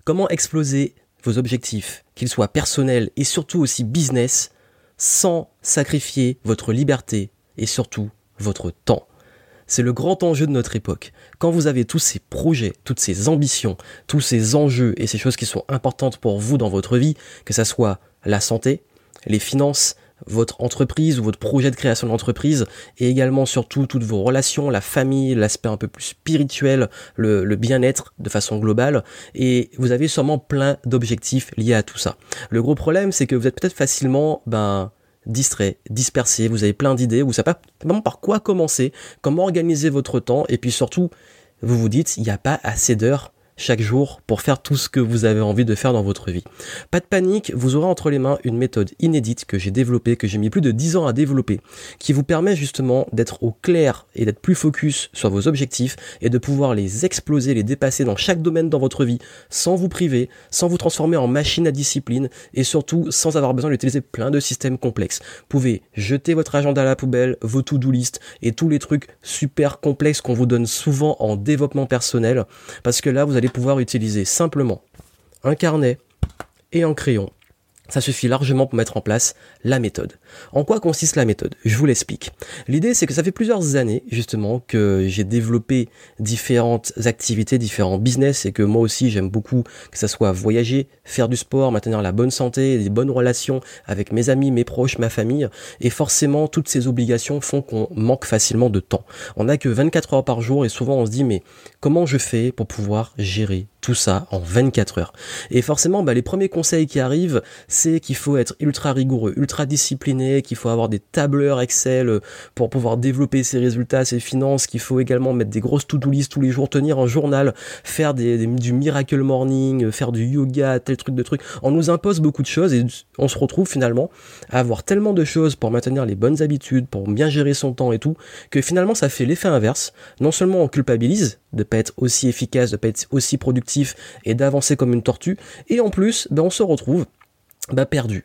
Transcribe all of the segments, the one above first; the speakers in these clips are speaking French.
Comment exploser vos objectifs, qu'ils soient personnels et surtout aussi business, sans sacrifier votre liberté et surtout votre temps. C'est le grand enjeu de notre époque. Quand vous avez tous ces projets, toutes ces ambitions, tous ces enjeux et ces choses qui sont importantes pour vous dans votre vie, que ça soit la santé, les finances, votre entreprise ou votre projet de création d'entreprise, et également surtout toutes vos relations, la famille, l'aspect un peu plus spirituel, le bien-être de façon globale, et vous avez sûrement plein d'objectifs liés à tout ça. Le gros problème, c'est que vous êtes peut-être facilement distrait, dispersé, vous avez plein d'idées, vous savez pas vraiment par quoi commencer, comment organiser votre temps, et puis surtout, vous vous dites, il n'y a pas assez d'heures chaque jour pour faire tout ce que vous avez envie de faire dans votre vie. Pas de panique, vous aurez entre les mains une méthode inédite que j'ai développée, que j'ai mis plus de 10 ans à développer, qui vous permet justement d'être au clair et d'être plus focus sur vos objectifs et de pouvoir les exploser, les dépasser dans chaque domaine dans votre vie, sans vous priver, sans vous transformer en machine à discipline et surtout sans avoir besoin d'utiliser plein de systèmes complexes. Vous pouvez jeter votre agenda à la poubelle, vos to-do list et tous les trucs super complexes qu'on vous donne souvent en développement personnel, parce que là, vous allez pouvoir utiliser simplement un carnet et un crayon. Ça suffit largement pour mettre en place la méthode. En quoi consiste la méthode ? Je vous l'explique. L'idée, c'est que ça fait plusieurs années, justement, que j'ai développé différentes activités, différents business, et que moi aussi, j'aime beaucoup que ça soit voyager, faire du sport, maintenir la bonne santé, des bonnes relations avec mes amis, mes proches, ma famille. Et forcément, toutes ces obligations font qu'on manque facilement de temps. On n'a que 24 heures par jour, et souvent, on se dit, mais comment je fais pour pouvoir gérer tout ça en 24 heures. Et forcément, les premiers conseils qui arrivent, c'est qu'il faut être ultra rigoureux, ultra discipliné, qu'il faut avoir des tableurs Excel pour pouvoir développer ses résultats, ses finances, qu'il faut également mettre des grosses to-do list tous les jours, tenir un journal, faire du miracle morning, faire du yoga, tel truc de truc. On nous impose beaucoup de choses et on se retrouve finalement à avoir tellement de choses pour maintenir les bonnes habitudes, pour bien gérer son temps et tout, que finalement ça fait l'effet inverse. Non seulement on culpabilise de pas être aussi efficace, de pas être aussi productif et d'avancer comme une tortue, et en plus, on se retrouve perdu.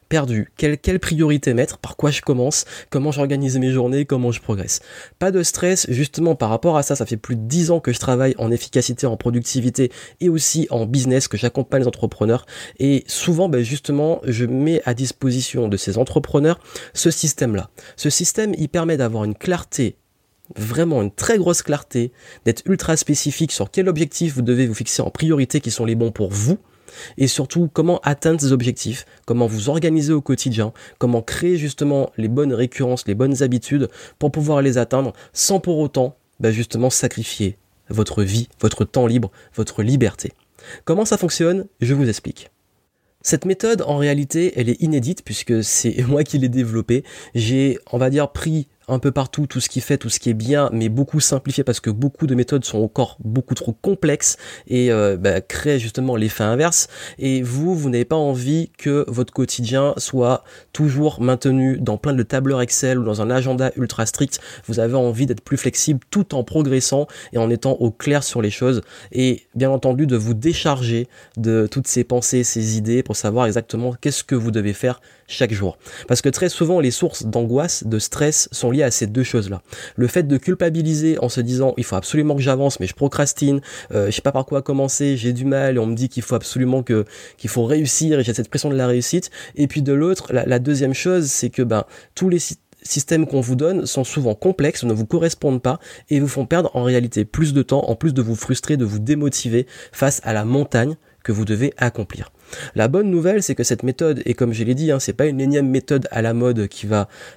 Quelle priorité mettre, par quoi je commence, comment j'organise mes journées, comment je progresse. Pas de stress, justement par rapport à ça, ça fait plus de 10 ans que je travaille en efficacité, en productivité et aussi en business, que j'accompagne les entrepreneurs, et souvent justement je mets à disposition de ces entrepreneurs ce système-là. Ce système, il permet d'avoir une clarté, vraiment une très grosse clarté, d'être ultra spécifique sur quel objectif vous devez vous fixer en priorité qui sont les bons pour vous, et surtout comment atteindre ces objectifs, comment vous organiser au quotidien, comment créer justement les bonnes récurrences, les bonnes habitudes pour pouvoir les atteindre sans pour autant justement sacrifier votre vie, votre temps libre, votre liberté. Comment ça fonctionne ? Je vous explique. Cette méthode, en réalité, elle est inédite puisque c'est moi qui l'ai développée. J'ai, on va dire, pris un peu partout tout ce qui fait, tout ce qui est bien, mais beaucoup simplifié parce que beaucoup de méthodes sont encore beaucoup trop complexes et créent justement l'effet inverse. Et vous n'avez pas envie que votre quotidien soit toujours maintenu dans plein de tableurs Excel ou dans un agenda ultra strict. Vous avez envie d'être plus flexible tout en progressant et en étant au clair sur les choses, et bien entendu de vous décharger de toutes ces pensées, ces idées pour savoir exactement qu'est-ce que vous devez faire chaque jour. Parce que très souvent, les sources d'angoisse, de stress sont liées à ces deux choses-là. Le fait de culpabiliser en se disant il faut absolument que j'avance mais je procrastine, je sais pas par quoi commencer, j'ai du mal et on me dit qu'il faut absolument qu'il faut réussir et j'ai cette pression de la réussite. Et puis de l'autre, la deuxième chose, c'est que tous les systèmes qu'on vous donne sont souvent complexes, ne vous correspondent pas et vous font perdre en réalité plus de temps, en plus de vous frustrer, de vous démotiver face à la montagne que vous devez accomplir. La bonne nouvelle, c'est que cette méthode, et comme je l'ai dit, c'est pas une énième méthode à la mode qui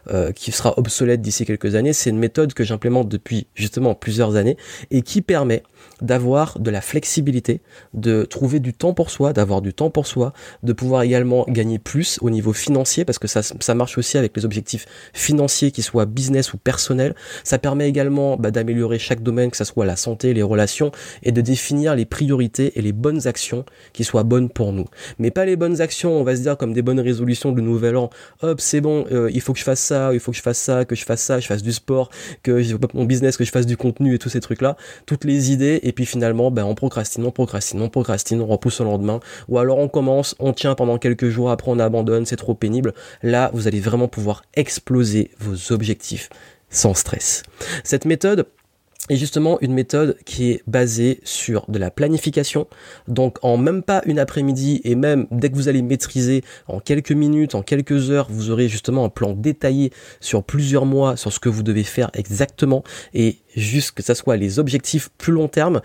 sera obsolète d'ici quelques années, c'est une méthode que j'implémente depuis justement plusieurs années et qui permet d'avoir de la flexibilité, de trouver du temps pour soi, d'avoir du temps pour soi, de pouvoir également gagner plus au niveau financier, parce que ça marche aussi avec les objectifs financiers, qu'ils soient business ou personnels. Ça permet également d'améliorer chaque domaine, que ça soit la santé, les relations, et de définir les priorités et les bonnes actions qui soient bonnes pour nous. Mais pas les bonnes actions, on va se dire comme des bonnes résolutions de nouvel an. Hop, c'est bon, il faut que je fasse ça, il faut que je fasse ça, que je fasse ça, je fasse du sport, que je développe mon business, que je fasse du contenu et tous ces trucs-là. Toutes les idées, et puis finalement, on procrastine, on repousse au lendemain. Ou alors on commence, on tient pendant quelques jours, après on abandonne, c'est trop pénible. Là, vous allez vraiment pouvoir exploser vos objectifs sans stress. Cette méthode, est justement une méthode qui est basée sur de la planification. Donc en même pas une après-midi et même dès que vous allez maîtriser en quelques minutes, en quelques heures, vous aurez justement un plan détaillé sur plusieurs mois sur ce que vous devez faire exactement et juste que ça soit les objectifs plus long terme,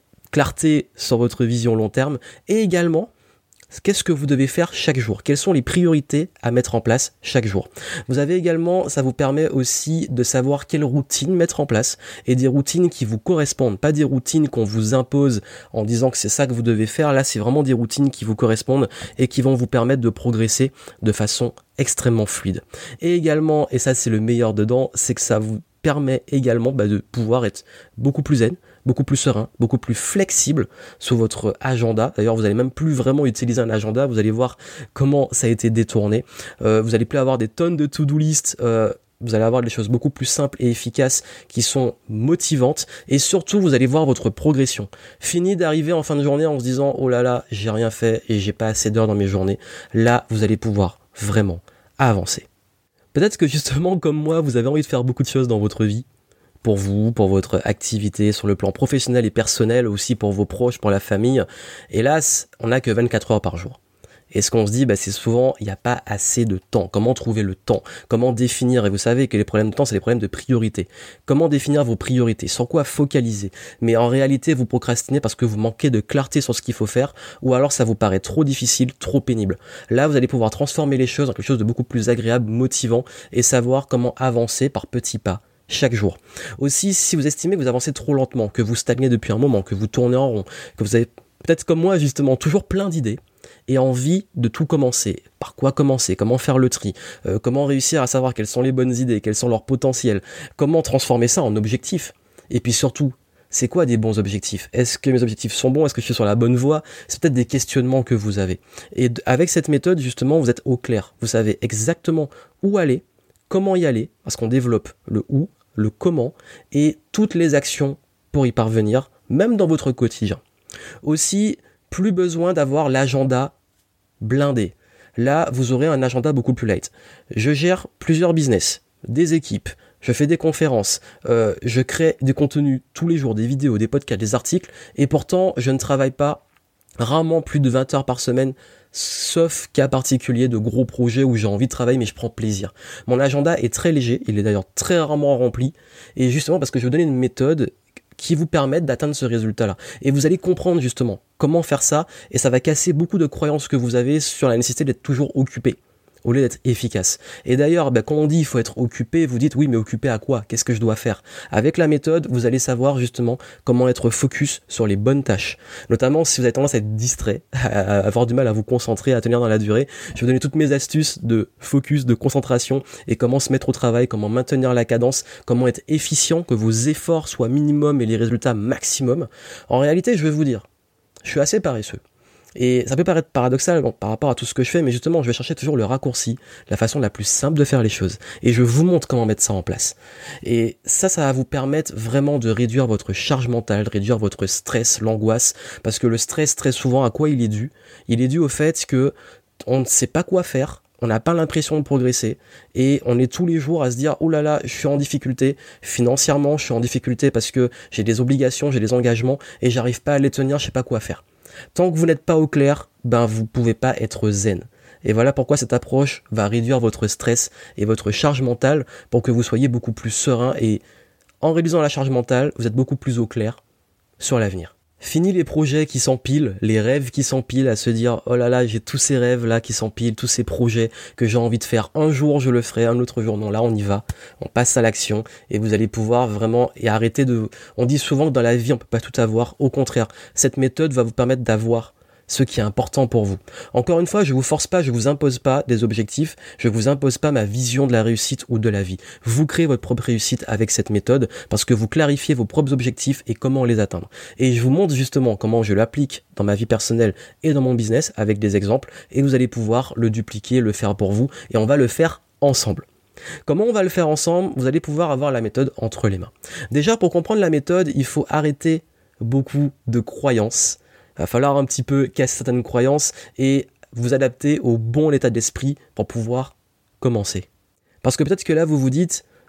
clarté sur votre vision long terme et également qu'est-ce que vous devez faire chaque jour? Quelles sont les priorités à mettre en place chaque jour? Vous avez également, ça vous permet aussi de savoir quelle routine mettre en place et des routines qui vous correspondent, pas des routines qu'on vous impose en disant que c'est ça que vous devez faire. Là, c'est vraiment des routines qui vous correspondent et qui vont vous permettre de progresser de façon extrêmement fluide. Et également, et ça c'est le meilleur dedans, c'est que ça vous permet également de pouvoir être beaucoup plus zen, beaucoup plus serein, beaucoup plus flexible sur votre agenda. D'ailleurs, vous allez même plus vraiment utiliser un agenda, vous allez voir comment ça a été détourné. Vous allez plus avoir des tonnes de to-do list, vous allez avoir des choses beaucoup plus simples et efficaces qui sont motivantes et surtout vous allez voir votre progression. Fini d'arriver en fin de journée en se disant oh là là, j'ai rien fait et j'ai pas assez d'heures dans mes journées. Là, vous allez pouvoir vraiment avancer. Peut-être que justement, comme moi, vous avez envie de faire beaucoup de choses dans votre vie, pour vous, pour votre activité, sur le plan professionnel et personnel, aussi pour vos proches, pour la famille. Hélas, on n'a que 24 heures par jour. Et ce qu'on se dit, c'est souvent, il n'y a pas assez de temps. Comment trouver le temps? Comment définir? Et vous savez que les problèmes de temps, c'est les problèmes de priorité. Comment définir vos priorités? Sur quoi focaliser? Mais en réalité, vous procrastinez parce que vous manquez de clarté sur ce qu'il faut faire, ou alors ça vous paraît trop difficile, trop pénible. Là, vous allez pouvoir transformer les choses en quelque chose de beaucoup plus agréable, motivant, et savoir comment avancer par petits pas chaque jour. Aussi, si vous estimez que vous avancez trop lentement, que vous stagnez depuis un moment, que vous tournez en rond, que vous avez peut-être comme moi justement toujours plein d'idées et envie de tout commencer. Par quoi commencer? Comment faire le tri? Comment réussir à savoir quelles sont les bonnes idées? Quels sont leurs potentiels? Comment transformer ça en objectifs? Et puis surtout, c'est quoi des bons objectifs? Est-ce que mes objectifs sont bons? Est-ce que je suis sur la bonne voie? C'est peut-être des questionnements que vous avez. Et avec cette méthode, justement, vous êtes au clair. Vous savez exactement où aller, comment y aller, parce qu'on développe le où, le comment et toutes les actions pour y parvenir, même dans votre quotidien. Aussi, plus besoin d'avoir l'agenda blindé. Là, vous aurez un agenda beaucoup plus light. Je gère plusieurs business, des équipes, je fais des conférences, je crée des contenus tous les jours, des vidéos, des podcasts, des articles, et pourtant, je ne travaille pas rarement plus de 20 heures par semaine, sauf cas particulier de gros projets où j'ai envie de travailler mais je prends plaisir. Mon agenda est très léger, il est d'ailleurs très rarement rempli, et justement parce que je vais vous donner une méthode qui vous permette d'atteindre ce résultat-là. Et vous allez comprendre justement comment faire ça, et ça va casser beaucoup de croyances que vous avez sur la nécessité d'être toujours occupé, au lieu d'être efficace. Et d'ailleurs, quand on dit il faut être occupé, vous dites oui, mais occupé à quoi? Qu'est-ce que je dois faire? Avec la méthode, vous allez savoir justement comment être focus sur les bonnes tâches. Notamment si vous avez tendance à être distrait, à avoir du mal à vous concentrer, à tenir dans la durée. Je vais vous donner toutes mes astuces de focus, de concentration et comment se mettre au travail, comment maintenir la cadence, comment être efficient, que vos efforts soient minimum et les résultats maximum. En réalité, je vais vous dire, je suis assez paresseux. Et ça peut paraître paradoxal par rapport à tout ce que je fais, mais justement, je vais chercher toujours le raccourci, la façon la plus simple de faire les choses. Et je vous montre comment mettre ça en place. Et ça va vous permettre vraiment de réduire votre charge mentale, de réduire votre stress, l'angoisse, parce que le stress, très souvent, à quoi il est dû? Il est dû au fait que on ne sait pas quoi faire, on n'a pas l'impression de progresser, et on est tous les jours à se dire, oh là là, je suis en difficulté, financièrement, je suis en difficulté parce que j'ai des obligations, j'ai des engagements, et j'arrive pas à les tenir, je sais pas quoi faire. Tant que vous n'êtes pas au clair, vous pouvez pas être zen. Et voilà pourquoi cette approche va réduire votre stress et votre charge mentale pour que vous soyez beaucoup plus serein et en réduisant la charge mentale, vous êtes beaucoup plus au clair sur l'avenir. Fini les projets qui s'empilent, les rêves qui s'empilent à se dire oh là là j'ai tous ces rêves là qui s'empilent, tous ces projets que j'ai envie de faire. Un jour je le ferai, un autre jour non. Là on y va, on passe à l'action et vous allez pouvoir vraiment et arrêter de. On dit souvent que dans la vie on peut pas tout avoir. Au contraire, cette méthode va vous permettre d'avoir ce qui est important pour vous. Encore une fois, je vous force pas, je vous impose pas des objectifs, je vous impose pas ma vision de la réussite ou de la vie. Vous créez votre propre réussite avec cette méthode parce que vous clarifiez vos propres objectifs et comment les atteindre. Et je vous montre justement comment je l'applique dans ma vie personnelle et dans mon business avec des exemples et vous allez pouvoir le dupliquer, le faire pour vous et on va le faire ensemble. Comment on va le faire ensemble? Vous allez pouvoir avoir la méthode entre les mains. Déjà, pour comprendre la méthode, il faut arrêter beaucoup de croyances. Il va falloir un petit peu casser certaines croyances et vous adapter au bon état d'esprit pour pouvoir commencer. Parce que peut-être que là, vous vous dites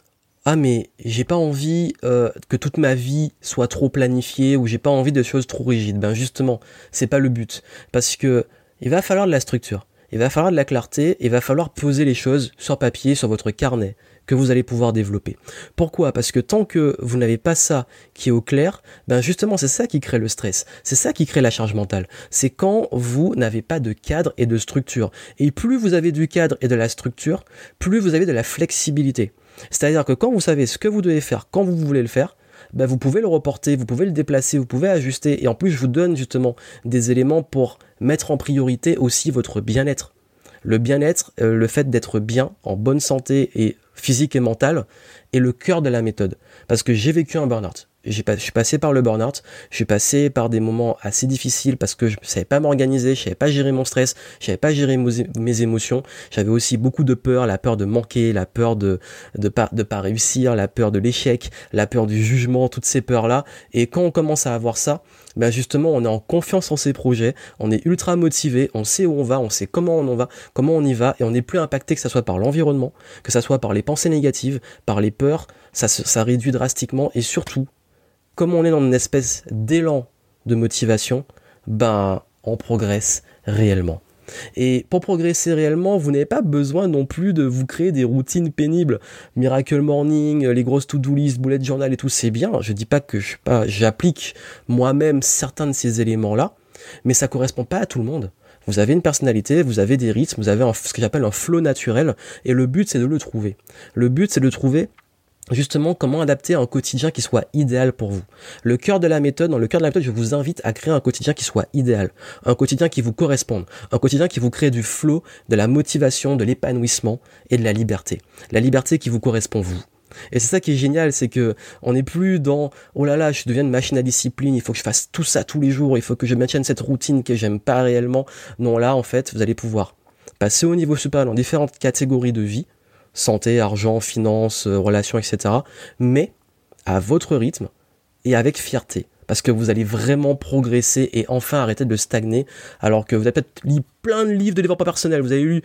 ah mais j'ai pas envie que toute ma vie soit trop planifiée ou j'ai pas envie de choses trop rigides. Ben justement, c'est pas le but. Parce que il va falloir de la structure, il va falloir de la clarté, il va falloir poser les choses sur papier, sur votre carnet, que vous allez pouvoir développer. Pourquoi ? Parce que tant que vous n'avez pas ça qui est au clair, ben justement c'est ça qui crée le stress, c'est ça qui crée la charge mentale. C'est quand vous n'avez pas de cadre et de structure. Et plus vous avez du cadre et de la structure, plus vous avez de la flexibilité. C'est-à-dire que quand vous savez ce que vous devez faire, quand vous voulez le faire, ben vous pouvez le reporter, vous pouvez le déplacer, vous pouvez ajuster. Et en plus, je vous donne justement des éléments pour mettre en priorité aussi votre bien-être. Le bien-être, le fait d'être bien, en bonne santé et physique et mentale, est le cœur de la méthode. Parce que j'ai vécu un burn-out. Je suis passé par le burn-out, je suis passé par des moments assez difficiles parce que je ne savais pas m'organiser, je ne savais pas gérer mon stress, je ne savais pas gérer mes émotions. J'avais aussi beaucoup de peur, la peur de manquer, la peur de pas réussir, la peur de l'échec, la peur du jugement, toutes ces peurs-là. Et quand on commence à avoir ça, ben justement, on est en confiance en ses projets, on est ultra motivé, on sait où on va, on sait comment on va, comment on y va, et on n'est plus impacté que ça soit par l'environnement, que ça soit par les pensées négatives, par les peurs, ça réduit drastiquement, et surtout, comme on est dans une espèce d'élan de motivation, ben, on progresse réellement. Et pour progresser réellement, vous n'avez pas besoin non plus de vous créer des routines pénibles. Miracle Morning, les grosses to-do list, bullet journal et tout, c'est bien. Je dis pas que j'applique moi-même certains de ces éléments-là, mais ça correspond pas à tout le monde. Vous avez une personnalité, vous avez des rythmes, vous avez ce que j'appelle un flow naturel, et le but c'est de le trouver. Le but c'est de trouver justement comment adapter un quotidien qui soit idéal pour vous. Dans le cœur de la méthode, je vous invite à créer un quotidien qui soit idéal, un quotidien qui vous corresponde, un quotidien qui vous crée du flow, de la motivation, de l'épanouissement et de la liberté qui vous correspond vous. Et c'est ça qui est génial, c'est que on n'est plus dans oh là là, je deviens une machine à discipline, il faut que je fasse tout ça tous les jours, il faut que je maintienne cette routine que j'aime pas réellement. Non, là en fait, vous allez pouvoir passer au niveau supérieur dans différentes catégories de vie, santé, argent, finances, relations, etc. Mais à votre rythme et avec fierté. Parce que vous allez vraiment progresser et enfin arrêter de stagner. Alors que vous avez peut-être lu plein de livres de développement personnel. Vous avez lu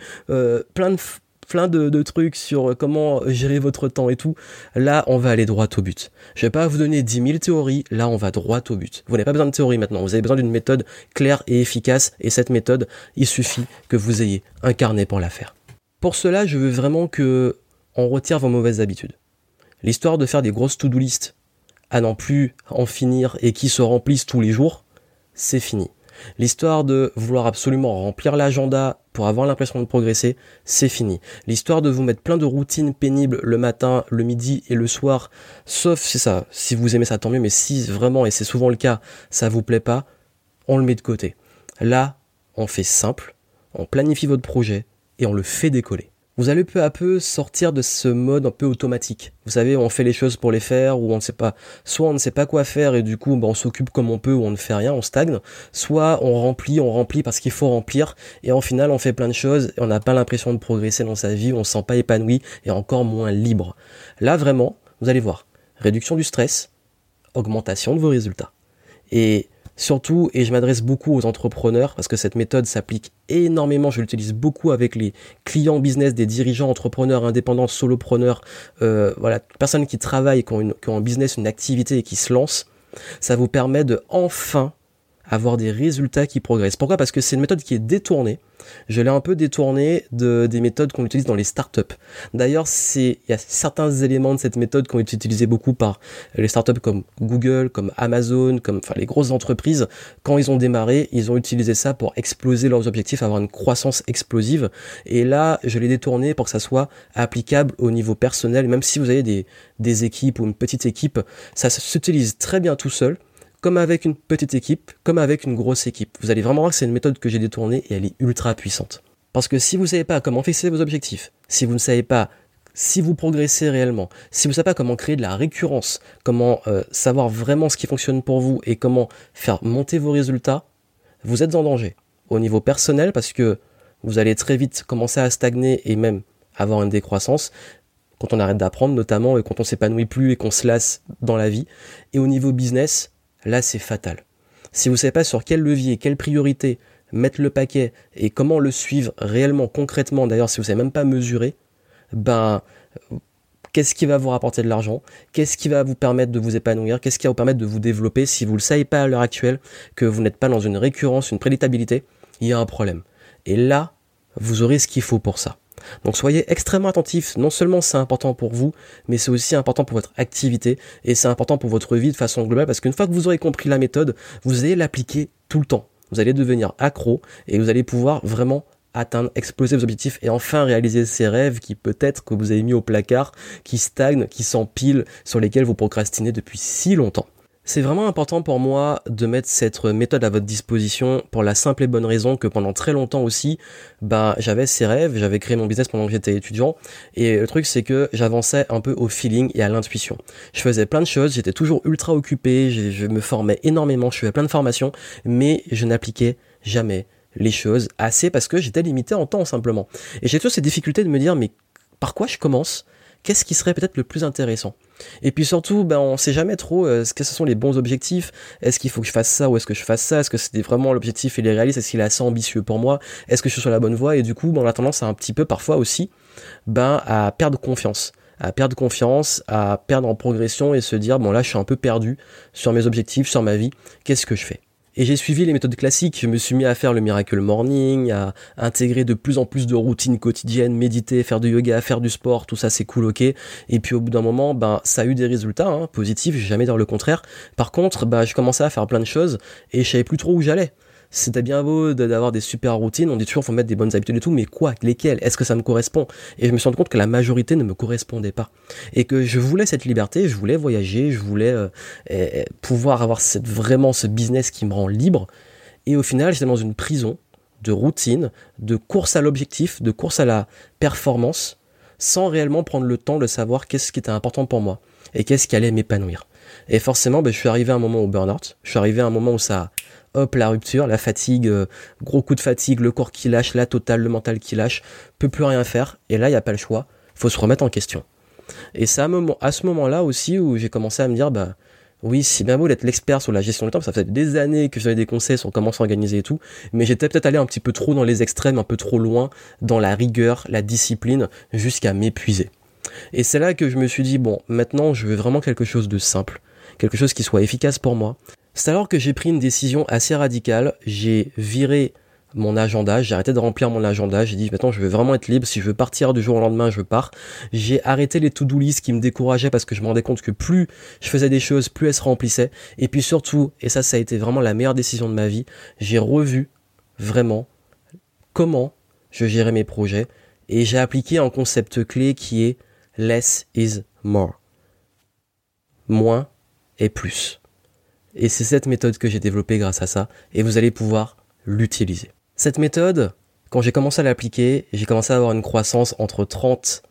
plein de trucs sur comment gérer votre temps et tout. Là, on va aller droit au but. Je vais pas vous donner 10 000 théories. Là, on va droit au but. Vous n'avez pas besoin de théorie maintenant. Vous avez besoin d'une méthode claire et efficace. Et cette méthode, il suffit que vous ayez un carnet pour la faire. Pour cela, je veux vraiment que on retire vos mauvaises habitudes. L'histoire de faire des grosses to-do list à n'en plus en finir et qui se remplissent tous les jours, c'est fini. L'histoire de vouloir absolument remplir l'agenda pour avoir l'impression de progresser, c'est fini. L'histoire de vous mettre plein de routines pénibles le matin, le midi et le soir, sauf c'est ça, si vous aimez ça tant mieux, mais si vraiment, et c'est souvent le cas, ça vous plaît pas, on le met de côté. Là, on fait simple, on planifie votre projet, et on le fait décoller. Vous allez peu à peu sortir de ce mode un peu automatique. Vous savez, on fait les choses pour les faire, ou on ne sait pas, soit on ne sait pas quoi faire et du coup on s'occupe comme on peut ou on ne fait rien, on stagne, soit on remplit parce qu'il faut remplir et en final on fait plein de choses et on n'a pas l'impression de progresser dans sa vie, on ne se sent pas épanoui et encore moins libre. Là vraiment, vous allez voir, réduction du stress, augmentation de vos résultats. Et surtout, et je m'adresse beaucoup aux entrepreneurs parce que cette méthode s'applique énormément, je l'utilise beaucoup avec les clients business, des dirigeants, entrepreneurs, indépendants, solopreneurs, personnes qui travaillent, qui ont un business, une activité et qui se lancent. Ça vous permet de enfin avoir des résultats qui progressent. Pourquoi ? Parce que c'est une méthode qui est détournée. Je l'ai un peu détournée des méthodes qu'on utilise dans les startups. D'ailleurs, il y a certains éléments de cette méthode qui ont été utilisés beaucoup par les startups comme Google, comme Amazon, les grosses entreprises. Quand ils ont démarré, ils ont utilisé ça pour exploser leurs objectifs, avoir une croissance explosive. Et là, je l'ai détourné pour que ça soit applicable au niveau personnel. Même si vous avez des équipes ou une petite équipe, ça s'utilise très bien tout seul. Comme avec une petite équipe, comme avec une grosse équipe. Vous allez vraiment voir que c'est une méthode que j'ai détournée et elle est ultra puissante. Parce que si vous ne savez pas comment fixer vos objectifs, si vous ne savez pas si vous progressez réellement, si vous ne savez pas comment créer de la récurrence, comment savoir vraiment ce qui fonctionne pour vous et comment faire monter vos résultats, vous êtes en danger. Au niveau personnel, parce que vous allez très vite commencer à stagner et même avoir une décroissance, quand on arrête d'apprendre notamment et quand on s'épanouit plus et qu'on se lasse dans la vie. Et au niveau business, là, c'est fatal. Si vous ne savez pas sur quel levier, quelle priorité mettre le paquet et comment le suivre réellement, concrètement, d'ailleurs, si vous ne savez même pas mesurer, Qu'est-ce qui va vous rapporter de l'argent? Qu'est-ce qui va vous permettre de vous épanouir? Qu'est-ce qui va vous permettre de vous développer? Si vous ne le savez pas à l'heure actuelle, que vous n'êtes pas dans une récurrence, une prédictabilité, il y a un problème. Et là, vous aurez ce qu'il faut pour ça. Donc soyez extrêmement attentifs, non seulement c'est important pour vous, mais c'est aussi important pour votre activité et c'est important pour votre vie de façon globale parce qu'une fois que vous aurez compris la méthode, vous allez l'appliquer tout le temps. Vous allez devenir accro et vous allez pouvoir vraiment atteindre, exploser vos objectifs et enfin réaliser ces rêves qui peut-être que vous avez mis au placard, qui stagnent, qui s'empilent, sur lesquels vous procrastinez depuis si longtemps. C'est vraiment important pour moi de mettre cette méthode à votre disposition pour la simple et bonne raison que pendant très longtemps aussi, j'avais ces rêves, j'avais créé mon business pendant que j'étais étudiant et le truc c'est que j'avançais un peu au feeling et à l'intuition. Je faisais plein de choses, j'étais toujours ultra occupé, je me formais énormément, je faisais plein de formations, mais je n'appliquais jamais les choses assez parce que j'étais limité en temps simplement. Et j'ai toujours ces difficultés de me dire mais par quoi je commence ? Qu'est-ce qui serait peut-être le plus intéressant? Et puis surtout, on sait jamais trop ce que ce sont les bons objectifs. Est-ce qu'il faut que je fasse ça ou est-ce que je fasse ça? Est-ce que c'était vraiment l'objectif il est réaliste? Est-ce qu'il est assez ambitieux pour moi? Est-ce que je suis sur la bonne voie? Et du coup, on a tendance à un petit peu parfois aussi à perdre confiance. À perdre en progression et se dire, bon là je suis un peu perdu sur mes objectifs, sur ma vie, qu'est-ce que je fais? Et j'ai suivi les méthodes classiques, je me suis mis à faire le Miracle Morning, à intégrer de plus en plus de routines quotidiennes, méditer, faire du yoga, faire du sport, tout ça c'est cool, ok. Et puis au bout d'un moment, ça a eu des résultats positifs, je vais jamais dire le contraire. Par contre, je commençais à faire plein de choses et je savais plus trop où j'allais. C'était bien beau d'avoir des super routines, on dit toujours faut mettre des bonnes habitudes et tout, mais quoi, lesquelles? Est-ce que ça me correspond? Et je me suis rendu compte que la majorité ne me correspondait pas. Et que je voulais cette liberté, je voulais voyager, je voulais pouvoir avoir vraiment ce business qui me rend libre. Et au final, j'étais dans une prison de routine, de course à l'objectif, de course à la performance, sans réellement prendre le temps de savoir qu'est-ce qui était important pour moi et qu'est-ce qui allait m'épanouir. Et forcément, je suis arrivé à un moment au burn-out, je suis arrivé à un moment où la rupture, la fatigue, gros coup de fatigue, le corps qui lâche, la totale, le mental qui lâche, peut plus rien faire, et là il n'y a pas le choix, faut se remettre en question. Et c'est à ce moment-là aussi où j'ai commencé à me dire, oui, c'est bien beau d'être l'expert sur la gestion du temps, ça fait des années que j'avais des conseils sur comment s'organiser et tout, mais j'étais peut-être allé un petit peu trop dans les extrêmes, un peu trop loin dans la rigueur, la discipline, jusqu'à m'épuiser. Et c'est là que je me suis dit, maintenant je veux vraiment quelque chose de simple, quelque chose qui soit efficace pour moi. C'est alors que j'ai pris une décision assez radicale, j'ai viré mon agenda, j'ai arrêté de remplir mon agenda, j'ai dit maintenant je veux vraiment être libre, si je veux partir du jour au lendemain je pars. J'ai arrêté les to-do list qui me décourageaient parce que je me rendais compte que plus je faisais des choses, plus elles se remplissaient. Et puis surtout, et ça a été vraiment la meilleure décision de ma vie, j'ai revu vraiment comment je gérais mes projets et j'ai appliqué un concept clé qui est less is more. Moins est plus. Et c'est cette méthode que j'ai développée grâce à ça, et vous allez pouvoir l'utiliser. Cette méthode, quand j'ai commencé à l'appliquer, j'ai commencé à avoir une croissance entre 30,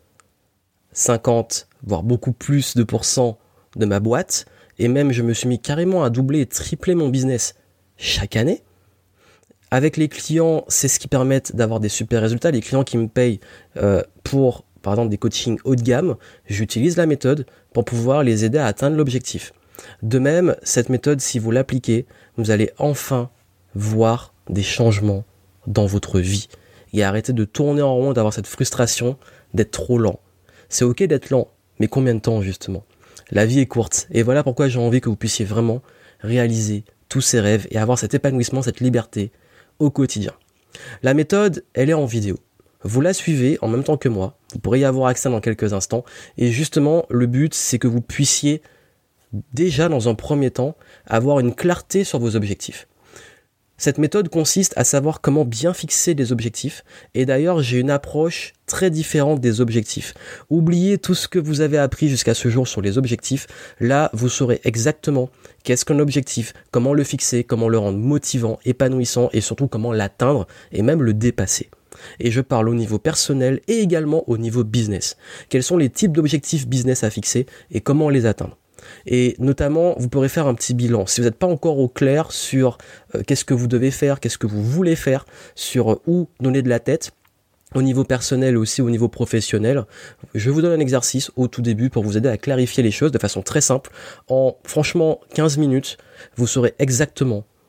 50, voire beaucoup plus de pourcents de ma boîte, et même je me suis mis carrément à doubler et tripler mon business chaque année. Avec les clients, c'est ce qui permet d'avoir des super résultats. Les clients qui me payent pour, par exemple, des coachings haut de gamme, j'utilise la méthode pour pouvoir les aider à atteindre l'objectif. De même, cette méthode, si vous l'appliquez, vous allez enfin voir des changements dans votre vie et arrêter de tourner en rond, d'avoir cette frustration d'être trop lent. C'est ok d'être lent, mais combien de temps justement? La vie est courte et voilà pourquoi j'ai envie que vous puissiez vraiment réaliser tous ces rêves et avoir cet épanouissement, cette liberté au quotidien. La méthode, elle est en vidéo. Vous la suivez en même temps que moi, vous pourrez y avoir accès dans quelques instants et justement, le but, c'est que vous puissiez déjà dans un premier temps avoir une clarté sur vos objectifs. Cette méthode consiste à savoir comment bien fixer des objectifs et d'ailleurs j'ai une approche très différente des objectifs. Oubliez tout ce que vous avez appris jusqu'à ce jour sur les objectifs, là vous saurez exactement qu'est-ce qu'un objectif, comment le fixer, comment le rendre motivant, épanouissant et surtout comment l'atteindre et même le dépasser. Et je parle au niveau personnel et également au niveau business. Quels sont les types d'objectifs business à fixer et comment les atteindre? Et notamment, vous pourrez faire un petit bilan. Si vous n'êtes pas encore au clair sur qu'est-ce que vous devez faire, qu'est-ce que vous voulez faire, sur où donner de la tête, au niveau personnel et aussi au niveau professionnel, je vous donne un exercice au tout début pour vous aider à clarifier les choses de façon très simple. En franchement 15 minutes, vous saurez exactement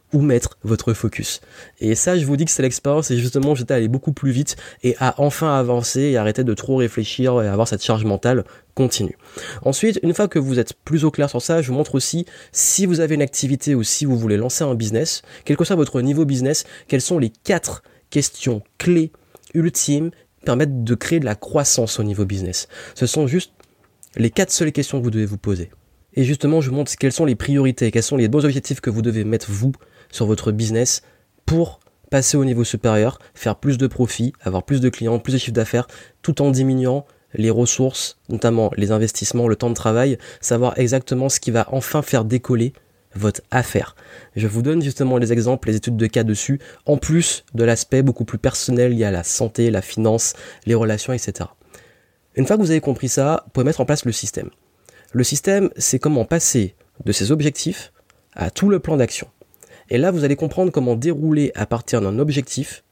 où mettre votre focus. Et ça, je vous dis que c'est l'expérience, et justement, j'étais allé beaucoup plus vite et à enfin avancer et arrêter de trop réfléchir et avoir cette charge mentale continue. Ensuite, une fois que vous êtes plus au clair sur ça, je vous montre aussi, si vous avez une activité ou si vous voulez lancer un business, quel que soit votre niveau business, quelles sont les 4 questions clés ultimes qui permettent de créer de la croissance au niveau business. Ce sont juste les 4 seules questions que vous devez vous poser. Et justement, je vous montre quelles sont les priorités, quels sont les bons objectifs que vous devez mettre vous sur votre business pour passer au niveau supérieur, faire plus de profits, avoir plus de clients, plus de chiffre d'affaires, tout en diminuant les ressources, notamment les investissements, le temps de travail, savoir exactement ce qui va enfin faire décoller votre affaire. Je vous donne justement les exemples, les études de cas dessus, en plus de l'aspect beaucoup plus personnel lié à la santé, la finance, les relations, etc. Une fois que vous avez compris ça, vous pouvez mettre en place le système. Le système, c'est comment passer de ces objectifs à tout le plan d'action. Et là, vous allez comprendre comment dérouler à partir d'un objectif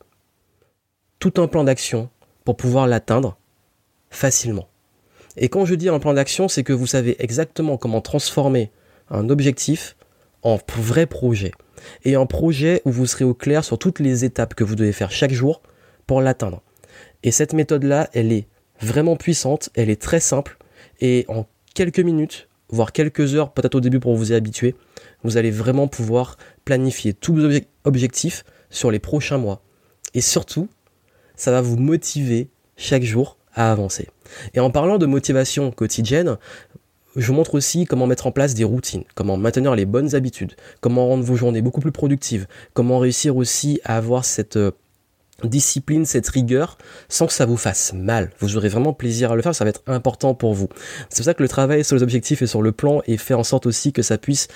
tout un plan d'action pour pouvoir l'atteindre facilement. Et quand je dis un plan d'action, c'est que vous savez exactement comment transformer un objectif en vrai projet. Et un projet où vous serez au clair sur toutes les étapes que vous devez faire chaque jour pour l'atteindre. Et cette méthode-là, elle est vraiment puissante, elle est très simple, et en quelques minutes, voire quelques heures, peut-être au début pour vous y habituer, vous allez vraiment pouvoir planifier tous vos objectifs sur les prochains mois. Et surtout, ça va vous motiver chaque jour à avancer. Et en parlant de motivation quotidienne, je vous montre aussi comment mettre en place des routines, comment maintenir les bonnes habitudes, comment rendre vos journées beaucoup plus productives, comment réussir aussi à avoir cette discipline, cette rigueur, sans que ça vous fasse mal. Vous aurez vraiment plaisir à le faire, ça va être important pour vous. C'est pour ça que le travail sur les objectifs et sur le plan est fait en sorte aussi que ça puisse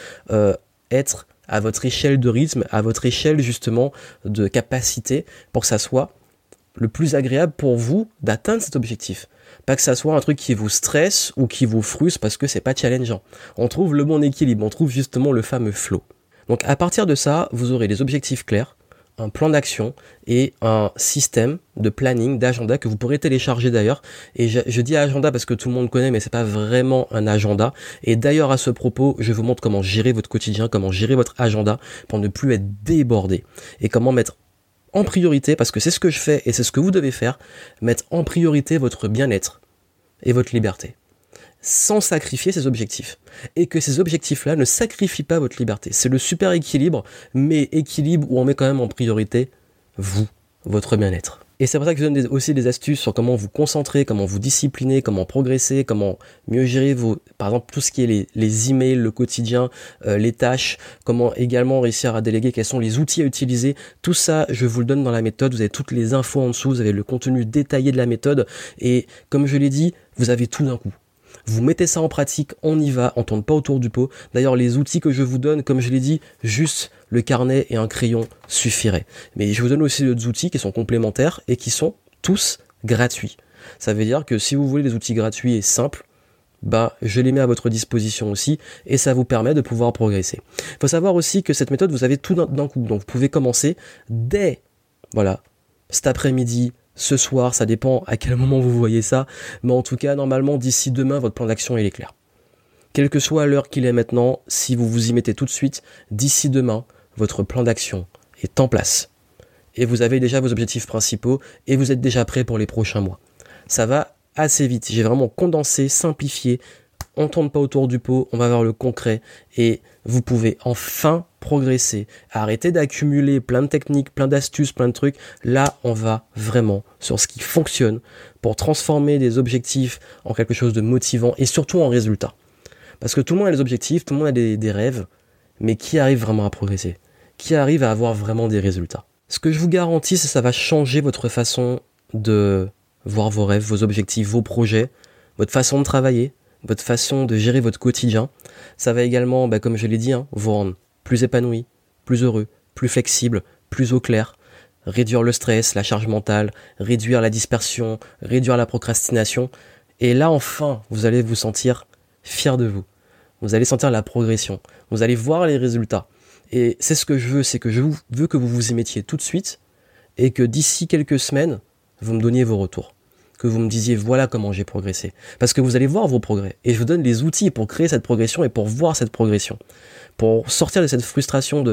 être à votre échelle de rythme, à votre échelle justement de capacité, pour que ça soit le plus agréable pour vous d'atteindre cet objectif. Pas que ça soit un truc qui vous stresse ou qui vous frustre parce que c'est pas challengeant. On trouve le bon équilibre, on trouve justement le fameux flow. Donc à partir de ça, vous aurez des objectifs clairs, un plan d'action et un système de planning, d'agenda que vous pourrez télécharger d'ailleurs. Et je dis agenda parce que tout le monde connaît, mais c'est pas vraiment un agenda. Et d'ailleurs à ce propos, je vous montre comment gérer votre quotidien, comment gérer votre agenda pour ne plus être débordé et comment mettre en priorité, parce que c'est ce que je fais et c'est ce que vous devez faire, mettre en priorité votre bien-être et votre liberté, sans sacrifier ces objectifs. Et que ces objectifs-là ne sacrifient pas votre liberté. C'est le super équilibre, mais équilibre où on met quand même en priorité vous, votre bien-être. Et c'est pour ça que je donne aussi des astuces sur comment vous concentrer, comment vous discipliner, comment progresser, comment mieux gérer par exemple tout ce qui est les emails, le quotidien, les tâches, comment également réussir à déléguer, quels sont les outils à utiliser. Tout ça, je vous le donne dans la méthode. Vous avez toutes les infos en dessous, vous avez le contenu détaillé de la méthode. Et comme je l'ai dit, vous avez tout d'un coup. Vous mettez ça en pratique, on y va, on tourne pas autour du pot. D'ailleurs, les outils que je vous donne, comme je l'ai dit, juste le carnet et un crayon suffiraient. Mais je vous donne aussi d'autres outils qui sont complémentaires et qui sont tous gratuits. Ça veut dire que si vous voulez des outils gratuits et simples, je les mets à votre disposition aussi et ça vous permet de pouvoir progresser. Il faut savoir aussi que cette méthode, vous avez tout d'un coup. Donc vous pouvez commencer dès, cet après-midi, ce soir, ça dépend à quel moment vous voyez ça, mais en tout cas, normalement, d'ici demain, votre plan d'action, il est clair. Quelle que soit l'heure qu'il est maintenant, si vous vous y mettez tout de suite, d'ici demain, votre plan d'action est en place. Et vous avez déjà vos objectifs principaux et vous êtes déjà prêt pour les prochains mois. Ça va assez vite. J'ai vraiment condensé, simplifié. On ne tourne pas autour du pot, on va vers le concret et vous pouvez enfin progresser. Arrêtez d'accumuler plein de techniques, plein d'astuces, plein de trucs. Là, on va vraiment sur ce qui fonctionne pour transformer des objectifs en quelque chose de motivant et surtout en résultat. Parce que tout le monde a des objectifs, tout le monde a des rêves, mais qui arrive vraiment à progresser? Qui arrive à avoir vraiment des résultats? Ce que je vous garantis, c'est que ça va changer votre façon de voir vos rêves, vos objectifs, vos projets, votre façon de travailler, votre façon de gérer votre quotidien. Ça va également, comme je l'ai dit, vous rendre plus épanoui, plus heureux, plus flexible, plus au clair, réduire le stress, la charge mentale, réduire la dispersion, réduire la procrastination. Et là, enfin, vous allez vous sentir fier de vous. Vous allez sentir la progression. Vous allez voir les résultats. Et c'est ce que je veux, c'est que je veux que vous vous y mettiez tout de suite et que d'ici quelques semaines, vous me donniez vos retours. Que vous me disiez voilà comment j'ai progressé. Parce que vous allez voir vos progrès. Et je vous donne les outils pour créer cette progression et pour voir cette progression. Pour sortir de cette frustration de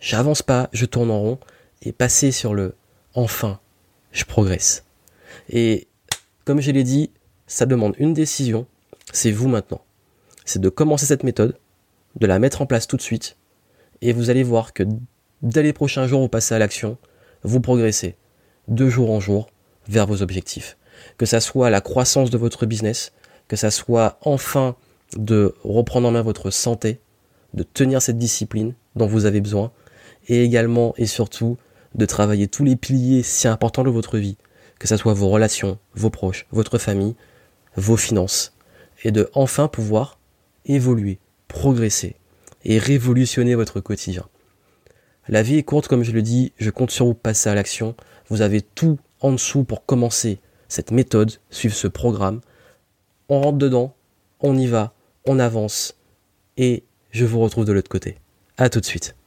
j'avance pas, je tourne en rond, et passer sur le enfin, je progresse. Et comme je l'ai dit, ça demande une décision, c'est vous maintenant. C'est de commencer cette méthode, de la mettre en place tout de suite, et vous allez voir que dès les prochains jours, vous passez à l'action, vous progressez de jour en jour vers vos objectifs. Que ça soit la croissance de votre business, que ça soit enfin de reprendre en main votre santé, de tenir cette discipline dont vous avez besoin, et également et surtout de travailler tous les piliers si importants de votre vie, que ça soit vos relations, vos proches, votre famille, vos finances, et de enfin pouvoir évoluer, progresser et révolutionner votre quotidien. La vie est courte, comme je le dis, je compte sur vous pour passer à l'action. Vous avez tout en dessous pour commencer cette méthode, suivre ce programme. On rentre dedans, on y va, on avance, et je vous retrouve de l'autre côté. À tout de suite.